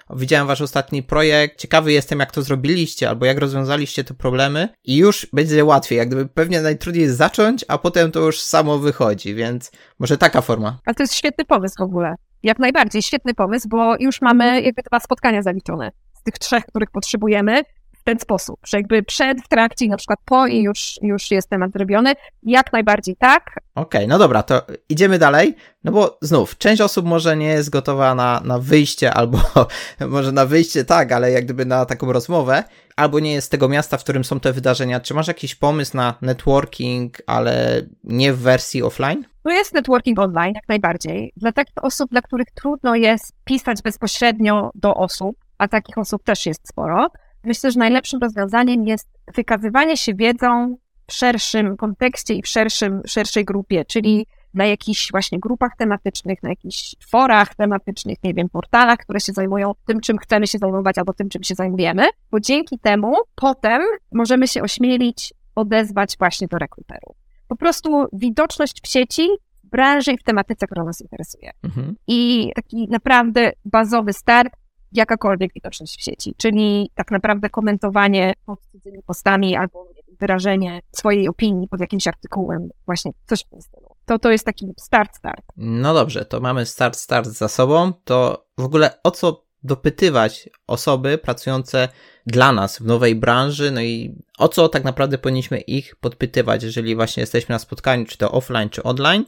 widziałem wasz ostatni projekt, ciekawy jestem, jak to zrobiliście, albo jak rozwiązaliście te problemy i już będzie łatwiej, jak gdyby pewnie najtrudniej jest zacząć, a potem to już samo wychodzi, więc może taka forma. Ale to jest świetny pomysł w ogóle. Jak najbardziej, świetny pomysł, bo już mamy jakby dwa spotkania zaliczone z tych trzech, których potrzebujemy w ten sposób, że jakby przed, w trakcie i na przykład po i już, już jest temat zrobiony. Jak najbardziej tak. Okej, okay, no dobra, to idziemy dalej, no bo znów, część osób może nie jest gotowa na, na wyjście, albo może na wyjście tak, ale jak gdyby na taką rozmowę, albo nie jest z tego miasta, w którym są te wydarzenia. Czy masz jakiś pomysł na networking, ale nie w wersji offline? No jest networking online, jak najbardziej. Dla takich osób, dla których trudno jest pisać bezpośrednio do osób, a takich osób też jest sporo, myślę, że najlepszym rozwiązaniem jest wykazywanie się wiedzą w szerszym kontekście i w szerszym, szerszej grupie, czyli na jakichś właśnie grupach tematycznych, na jakichś forach tematycznych, nie wiem, portalach, które się zajmują tym, czym chcemy się zajmować albo tym, czym się zajmujemy, bo dzięki temu potem możemy się ośmielić odezwać właśnie do rekruterów. Po prostu widoczność w sieci, w branży i w tematyce, która nas interesuje. Mhm. I taki naprawdę bazowy start, jakakolwiek widoczność w sieci, czyli tak naprawdę komentowanie pod cudzymi postami albo wyrażenie swojej opinii pod jakimś artykułem, właśnie coś w tym stylu. To, to jest taki start, start. No dobrze, to mamy start, start za sobą, to w ogóle o co dopytywać osoby pracujące dla nas w nowej branży, no i o co tak naprawdę powinniśmy ich podpytywać, jeżeli właśnie jesteśmy na spotkaniu, czy to offline, czy online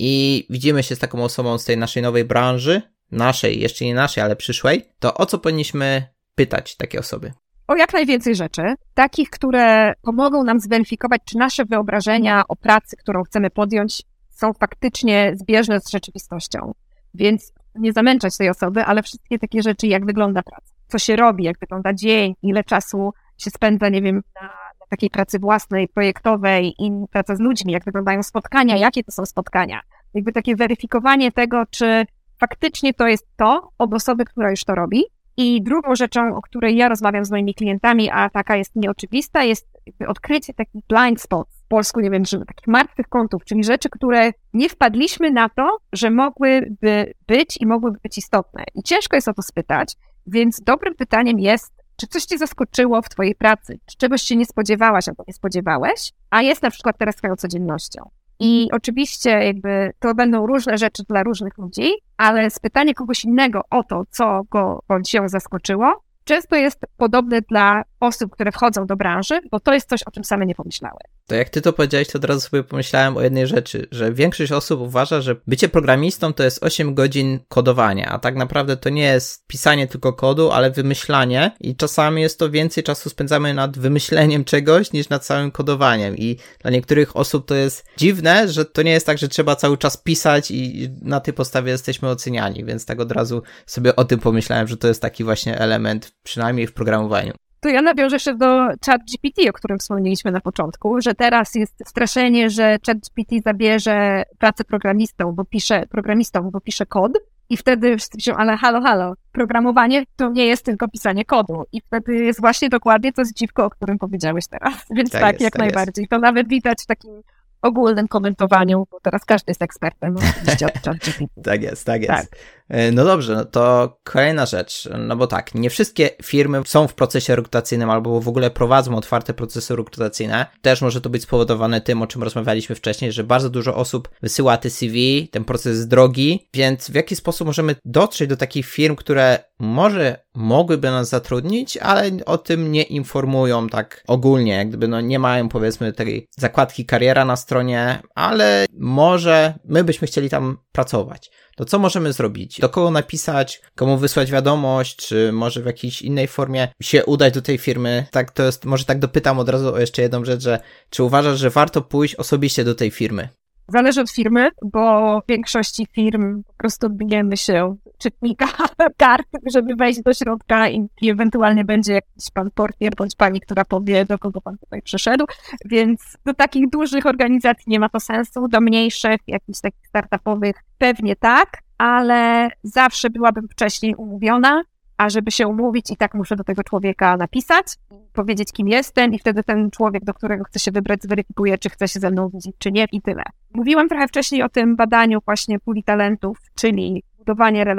i widzimy się z taką osobą z tej naszej nowej branży, naszej, jeszcze nie naszej, ale przyszłej, to o co powinniśmy pytać takie osoby? O jak najwięcej rzeczy, takich, które pomogą nam zweryfikować, czy nasze wyobrażenia o pracy, którą chcemy podjąć, są faktycznie zbieżne z rzeczywistością. Więc nie zamęczać tej osoby, ale wszystkie takie rzeczy, jak wygląda praca, co się robi, jak wygląda dzień, ile czasu się spędza, nie wiem, na, na takiej pracy własnej, projektowej i praca z ludźmi, jak wyglądają spotkania, jakie to są spotkania. Jakby takie weryfikowanie tego, czy faktycznie to jest to od osoby, która już to robi. I drugą rzeczą, o której ja rozmawiam z moimi klientami, a taka jest nieoczywista, jest odkrycie takich blind spots, w polsku nie wiem, że takich martwych kątów, czyli rzeczy, które nie wpadliśmy na to, że mogłyby być i mogłyby być istotne. I ciężko jest o to spytać, więc dobrym pytaniem jest, czy coś cię zaskoczyło w twojej pracy, czy czegoś się nie spodziewałaś albo nie spodziewałeś, a jest na przykład teraz twoją codziennością. I oczywiście jakby to będą różne rzeczy dla różnych ludzi, ale spytanie kogoś innego o to, co go bądź ją zaskoczyło, często jest podobne dla osób, które wchodzą do branży, bo to jest coś, o czym same nie pomyślały. To jak ty to powiedziałeś, to od razu sobie pomyślałem o jednej rzeczy, że większość osób uważa, że bycie programistą to jest osiem godzin kodowania, a tak naprawdę to nie jest pisanie tylko kodu, ale wymyślanie i czasami jest to więcej czasu spędzamy nad wymyśleniem czegoś niż nad samym kodowaniem i dla niektórych osób to jest dziwne, że to nie jest tak, że trzeba cały czas pisać i na tej podstawie jesteśmy oceniani, więc tak od razu sobie o tym pomyślałem, że to jest taki właśnie element, przynajmniej w programowaniu. To ja nawiążę jeszcze do ChatGPT, o którym wspomnieliśmy na początku, że teraz jest straszenie, że ChatGPT zabierze pracę programistą, bo pisze, programistą, bo pisze kod i wtedy wszyscy piszą, ale halo, halo, programowanie to nie jest tylko pisanie kodu i wtedy jest właśnie dokładnie to zdziwko, o którym powiedziałeś teraz, więc tak, tak jest, jak tak najbardziej. Jest. To nawet widać w takim ogólnym komentowaniu, bo teraz każdy jest ekspertem oczywiście od ChatGPT. Tak jest, tak jest. Tak. No dobrze, no to kolejna rzecz, no bo tak, nie wszystkie firmy są w procesie rekrutacyjnym albo w ogóle prowadzą otwarte procesy rekrutacyjne. Też może to być spowodowane tym, o czym rozmawialiśmy wcześniej, że bardzo dużo osób wysyła te C V, ten proces jest drogi, więc w jaki sposób możemy dotrzeć do takich firm, które może mogłyby nas zatrudnić, ale o tym nie informują tak ogólnie, jak gdyby no nie mają powiedzmy tej zakładki kariera na stronie, ale może my byśmy chcieli tam pracować. To co możemy zrobić? Do kogo napisać? Komu wysłać wiadomość? Czy może w jakiejś innej formie się udać do tej firmy? Tak, to jest, może tak dopytam od razu o jeszcze jedną rzecz, że czy uważasz, że warto pójść osobiście do tej firmy? Zależy od firmy, bo w większości firm po prostu odbijemy się czytnika kart, żeby wejść do środka i, i ewentualnie będzie jakiś pan portier bądź pani, która powie, do kogo pan tutaj przyszedł, więc do takich dużych organizacji nie ma to sensu, do mniejszych, jakichś takich startupowych pewnie tak, ale zawsze byłabym wcześniej umówiona, a żeby się umówić i tak muszę do tego człowieka napisać, powiedzieć kim jestem i wtedy ten człowiek, do którego chcę się wybrać, zweryfikuje, czy chce się ze mną widzieć, czy nie i tyle. Mówiłam trochę wcześniej o tym badaniu właśnie puli talentów, czyli budowanie relacji.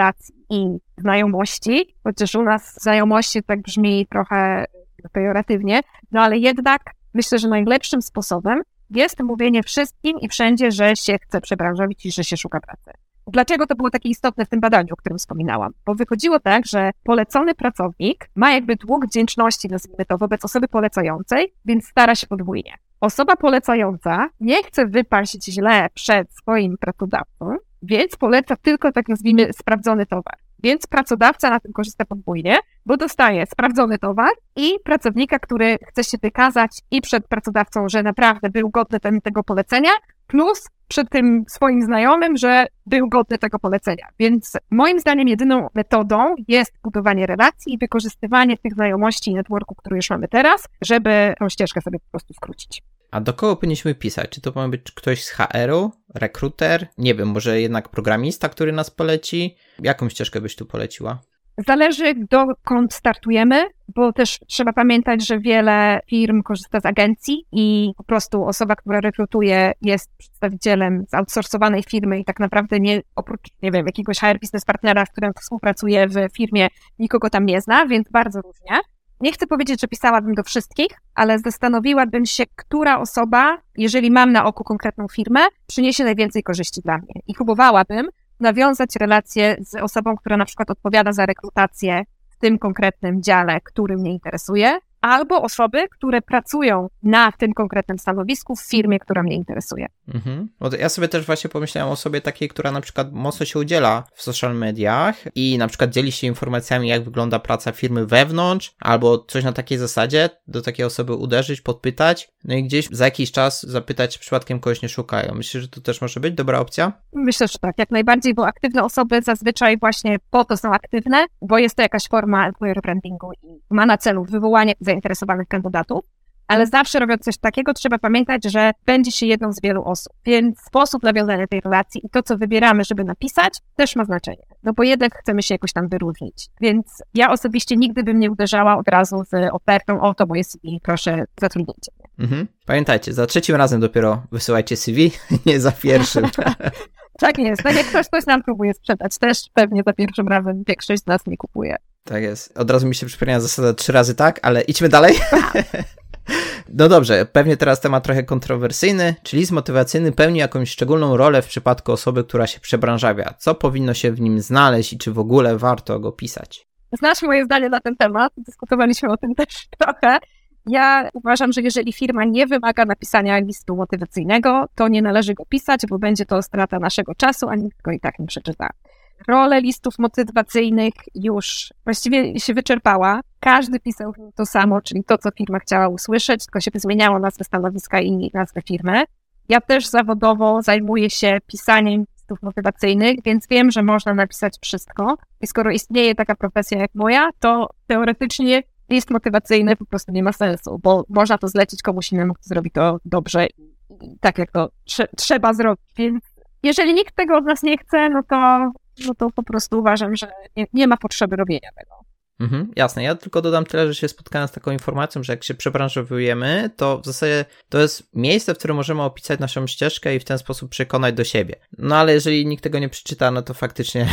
i znajomości, chociaż u nas znajomości tak brzmi trochę pejoratywnie, no ale jednak myślę, że najlepszym sposobem jest mówienie wszystkim i wszędzie, że się chce przebranżowić i że się szuka pracy. Dlaczego to było takie istotne w tym badaniu, o którym wspominałam? Bo wychodziło tak, że polecony pracownik ma jakby dług wdzięczności, nazwijmy to, wobec osoby polecającej, więc stara się podwójnie. Osoba polecająca nie chce wypaść źle przed swoim pracodawcą, więc poleca tylko, tak nazwijmy, sprawdzony towar. Więc pracodawca na tym korzysta podwójnie, bo dostaje sprawdzony towar i pracownika, który chce się wykazać i przed pracodawcą, że naprawdę był godny ten, tego polecenia, plus przed tym swoim znajomym, że był godny tego polecenia. Więc moim zdaniem jedyną metodą jest budowanie relacji i wykorzystywanie tych znajomości i networku, który już mamy teraz, żeby tą ścieżkę sobie po prostu skrócić. A do kogo powinniśmy pisać? Czy to ma być ktoś z H R-u, rekruter? Nie wiem, może jednak programista, który nas poleci? Jaką ścieżkę byś tu poleciła? Zależy, dokąd startujemy, bo też trzeba pamiętać, że wiele firm korzysta z agencji i po prostu osoba, która rekrutuje, jest przedstawicielem z outsourcowanej firmy i tak naprawdę nie, oprócz, nie wiem, jakiegoś H R business partnera, z którym współpracuje w firmie, nikogo tam nie zna, więc bardzo różnie. Nie chcę powiedzieć, że pisałabym do wszystkich, ale zastanowiłabym się, która osoba, jeżeli mam na oku konkretną firmę, przyniesie najwięcej korzyści dla mnie. I próbowałabym nawiązać relacje z osobą, która na przykład odpowiada za rekrutację w tym konkretnym dziale, który mnie interesuje, albo osoby, które pracują na tym konkretnym stanowisku w firmie, która mnie interesuje. Mhm. Bo ja sobie też właśnie pomyślałem o osobie takiej, która na przykład mocno się udziela w social mediach i na przykład dzieli się informacjami, jak wygląda praca firmy wewnątrz, albo coś na takiej zasadzie, do takiej osoby uderzyć, podpytać, no i gdzieś za jakiś czas zapytać, czy przypadkiem kogoś nie szukają. Myślisz, że to też może być dobra opcja? Myślę, że tak, jak najbardziej, bo aktywne osoby zazwyczaj właśnie po to są aktywne, bo jest to jakaś forma employer brandingu i ma na celu wywołanie zainteresowanych kandydatów, ale zawsze robiąc coś takiego trzeba pamiętać, że będzie się jedną z wielu osób, więc sposób nawiązania tej relacji i to, co wybieramy, żeby napisać, też ma znaczenie, no bo jednak chcemy się jakoś tam wyróżnić, więc ja osobiście nigdy bym nie uderzała od razu z ofertą, o to moje C V, proszę zatrudnijcie mnie. Mhm. Pamiętajcie, za trzecim razem dopiero wysyłajcie C V, nie za pierwszym. Tak jest, tak jak ktoś coś nam próbuje sprzedać, też pewnie za pierwszym razem większość z nas nie kupuje. Tak jest. Od razu mi się przypomniała zasada trzy razy tak, ale idźmy dalej. No dobrze, pewnie teraz temat trochę kontrowersyjny, czy list motywacyjny pełni jakąś szczególną rolę w przypadku osoby, która się przebranżawia? Co powinno się w nim znaleźć i czy w ogóle warto go pisać? Znasz moje zdanie na ten temat, dyskutowaliśmy o tym też trochę. Ja uważam, że jeżeli firma nie wymaga napisania listu motywacyjnego, to nie należy go pisać, bo będzie to strata naszego czasu, a nikt go i tak nie przeczyta. Rolę listów motywacyjnych już właściwie się wyczerpała. Każdy pisał to samo, czyli to, co firma chciała usłyszeć, tylko się zmieniało nazwę stanowiska i nazwę firmy. Ja też zawodowo zajmuję się pisaniem listów motywacyjnych, więc wiem, że można napisać wszystko. I skoro istnieje taka profesja jak moja, to teoretycznie list motywacyjny po prostu nie ma sensu, bo można to zlecić komuś innemu, kto zrobi to dobrze i tak, jak to trze- trzeba zrobić. Więc jeżeli nikt tego od nas nie chce, no to no to po prostu uważam, że nie, nie ma potrzeby robienia tego. Mhm, jasne, ja tylko dodam tyle, że się spotkałem z taką informacją, że jak się przebranżowujemy, to w zasadzie to jest miejsce, w którym możemy opisać naszą ścieżkę i w ten sposób przekonać do siebie. No ale jeżeli nikt tego nie przeczyta, no to faktycznie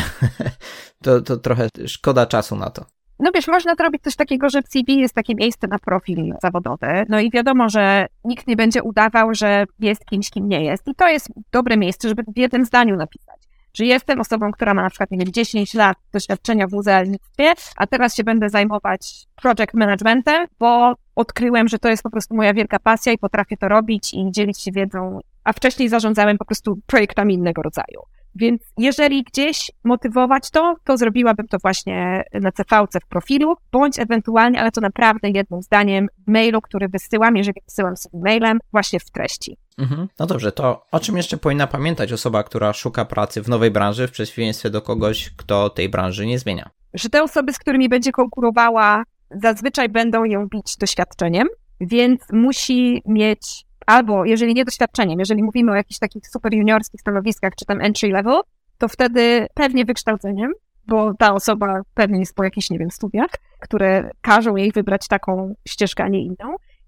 to, to trochę szkoda czasu na to. No wiesz, można to robić coś takiego, że w C V jest takie miejsce na profil zawodowy, no i wiadomo, że nikt nie będzie udawał, że jest kimś, kim nie jest i to jest dobre miejsce, żeby w jednym zdaniu napisać, że jestem osobą, która ma na przykład, nie wiem, dziesięć lat doświadczenia w muzealnictwie, a teraz się będę zajmować project managementem, bo odkryłem, że to jest po prostu moja wielka pasja i potrafię to robić i dzielić się wiedzą, a wcześniej zarządzałem po prostu projektami innego rodzaju. Więc jeżeli gdzieś motywować to, to zrobiłabym to właśnie na C V C w profilu, bądź ewentualnie, ale to naprawdę jednym zdaniem, w mailu, który wysyłam, jeżeli wysyłam sobie mailem, właśnie w treści. Mhm. No dobrze, to o czym jeszcze powinna pamiętać osoba, która szuka pracy w nowej branży, w przeciwieństwie do kogoś, kto tej branży nie zmienia? Że te osoby, z którymi będzie konkurowała, zazwyczaj będą ją bić doświadczeniem, więc musi mieć albo, jeżeli nie doświadczeniem, jeżeli mówimy o jakichś takich super juniorskich stanowiskach, czy tam entry level, to wtedy pewnie wykształceniem, bo ta osoba pewnie jest po jakichś, nie wiem, studiach, które każą jej wybrać taką ścieżkę, a nie inną.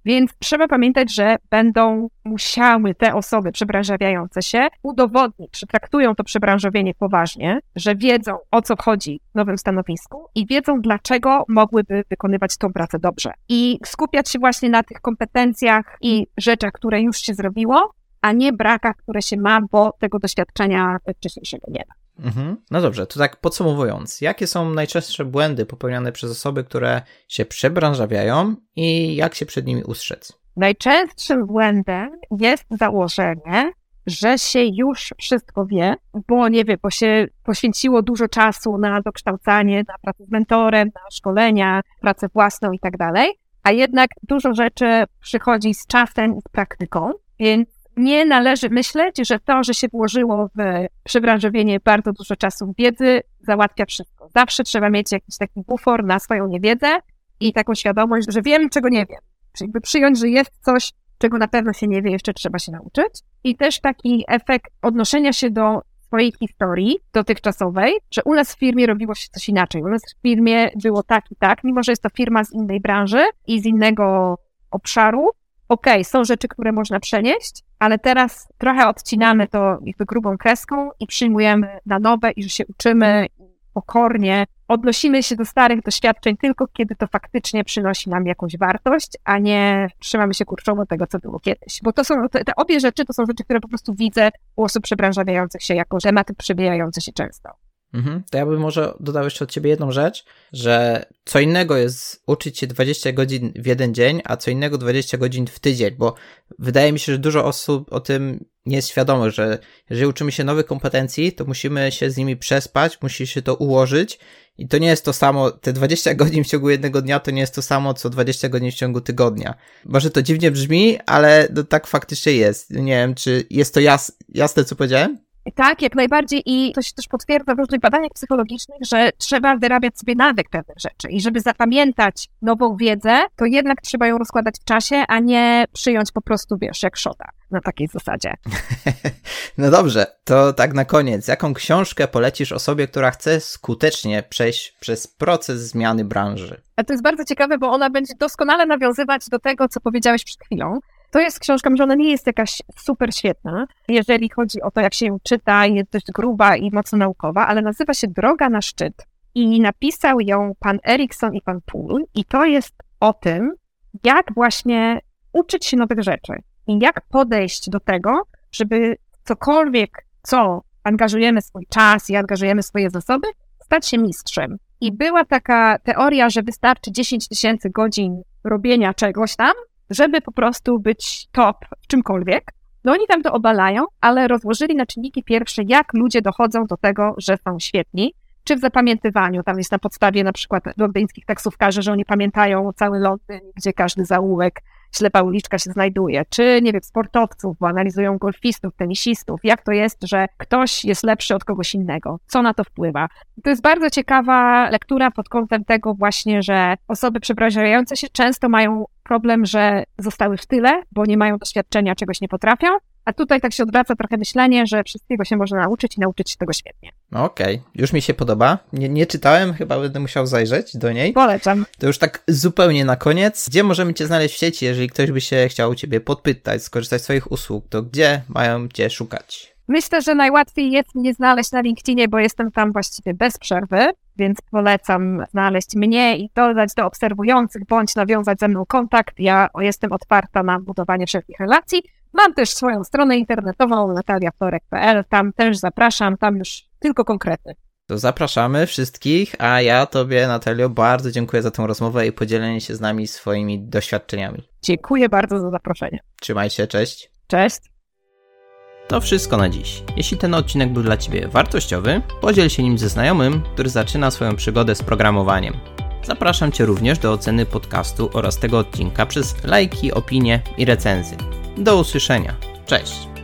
Więc trzeba pamiętać, że będą musiały te osoby przebranżawiające się udowodnić, że traktują to przebranżowienie poważnie, że wiedzą, o co chodzi w nowym stanowisku i wiedzą, dlaczego mogłyby wykonywać tą pracę dobrze. I skupiać się właśnie na tych kompetencjach i rzeczach, które już się zrobiło, a nie brakach, które się ma, bo tego doświadczenia wcześniejszego nie ma. Mhm. No dobrze, to tak podsumowując, jakie są najczęstsze błędy popełniane przez osoby, które się przebranżawiają i jak się przed nimi ustrzec? Najczęstszym błędem jest założenie, że się już wszystko wie, bo nie wie, bo się poświęciło dużo czasu na dokształcanie, na pracę z mentorem, na szkolenia, pracę własną i tak dalej, a jednak dużo rzeczy przychodzi z czasem i z praktyką, więc nie należy myśleć, że to, że się włożyło w przebranżowienie bardzo dużo czasu wiedzy, załatwia wszystko. Zawsze trzeba mieć jakiś taki bufor na swoją niewiedzę i taką świadomość, że wiem, czego nie wiem. Czyli jakby przyjąć, że jest coś, czego na pewno się nie wie, jeszcze trzeba się nauczyć. I też taki efekt odnoszenia się do swojej historii dotychczasowej, że u nas w firmie robiło się coś inaczej. U nas w firmie było tak i tak, mimo że jest to firma z innej branży i z innego obszaru. Okej, okay, są rzeczy, które można przenieść, ale teraz trochę odcinamy to jakby grubą kreską i przyjmujemy na nowe i że się uczymy pokornie, odnosimy się do starych doświadczeń tylko kiedy to faktycznie przynosi nam jakąś wartość, a nie trzymamy się kurczowo tego, co było kiedyś. Bo to są, te, te obie rzeczy to są rzeczy, które po prostu widzę u osób przebranżawiających się jako tematy przebijające się często. Mhm. To ja bym może dodał jeszcze od ciebie jedną rzecz, że co innego jest uczyć się dwadzieścia godzin w jeden dzień, a co innego dwadzieścia godzin w tydzień, bo wydaje mi się, że dużo osób o tym nie jest świadomych, że jeżeli uczymy się nowych kompetencji, to musimy się z nimi przespać, musi się to ułożyć i to nie jest to samo, te dwadzieścia godzin w ciągu jednego dnia to nie jest to samo, co dwadzieścia godzin w ciągu tygodnia. Może to dziwnie brzmi, ale to tak faktycznie jest. Nie wiem, czy jest to jas- jasne, co powiedziałem? Tak, jak najbardziej i to się też potwierdza w różnych badaniach psychologicznych, że trzeba wyrabiać sobie nawyk pewnych rzeczy i żeby zapamiętać nową wiedzę, to jednak trzeba ją rozkładać w czasie, a nie przyjąć po prostu, wiesz, jak szota na takiej zasadzie. No dobrze, to tak na koniec. Jaką książkę polecisz osobie, która chce skutecznie przejść przez proces zmiany branży? A to jest bardzo ciekawe, bo ona będzie doskonale nawiązywać do tego, co powiedziałeś przed chwilą. To jest książka, może ona nie jest jakaś super świetna, jeżeli chodzi o to, jak się ją czyta, jest dość gruba i mocno naukowa, ale nazywa się Droga na szczyt i napisał ją pan Erikson i pan Poole i to jest o tym, jak właśnie uczyć się nowych rzeczy i jak podejść do tego, żeby cokolwiek, co angażujemy swój czas i angażujemy swoje zasoby, stać się mistrzem. I była taka teoria, że wystarczy dziesięć tysięcy godzin robienia czegoś tam, żeby po prostu być top w czymkolwiek. No oni tam to obalają, ale rozłożyli na czynniki pierwsze, jak ludzie dochodzą do tego, że są świetni, czy w zapamiętywaniu, tam jest na podstawie na przykład londyńskich taksówkarzy, że oni pamiętają cały Londyn, gdzie każdy zaułek, ślepa uliczka się znajduje, czy nie wiem, sportowców, bo analizują golfistów, tenisistów, jak to jest, że ktoś jest lepszy od kogoś innego, co na to wpływa. To jest bardzo ciekawa lektura pod kątem tego właśnie, że osoby przebranżawiające się często mają problem, że zostały w tyle, bo nie mają doświadczenia, czegoś nie potrafią, a tutaj tak się odwraca trochę myślenie, że wszystkiego się można nauczyć i nauczyć się tego świetnie. Okej, okay. Już mi się podoba. Nie, nie czytałem, chyba będę musiał zajrzeć do niej. Polecam. To już tak zupełnie na koniec. Gdzie możemy cię znaleźć w sieci, jeżeli ktoś by się chciał u ciebie podpytać, skorzystać z swoich usług, to gdzie mają cię szukać? Myślę, że najłatwiej jest mnie znaleźć na LinkedInie, bo jestem tam właściwie bez przerwy, więc polecam znaleźć mnie i dodać do obserwujących, bądź nawiązać ze mną kontakt. Ja jestem otwarta na budowanie wszelkich relacji. Mam też swoją stronę internetową natalia florek kropka p l, tam też zapraszam, tam już tylko konkrety. To zapraszamy wszystkich, a ja tobie, Natalio, bardzo dziękuję za tę rozmowę i podzielenie się z nami swoimi doświadczeniami. Dziękuję bardzo za zaproszenie. Trzymaj się, cześć. Cześć. To wszystko na dziś. Jeśli ten odcinek był dla ciebie wartościowy, podziel się nim ze znajomym, który zaczyna swoją przygodę z programowaniem. Zapraszam cię również do oceny podcastu oraz tego odcinka przez lajki, opinie i recenzje. Do usłyszenia. Cześć!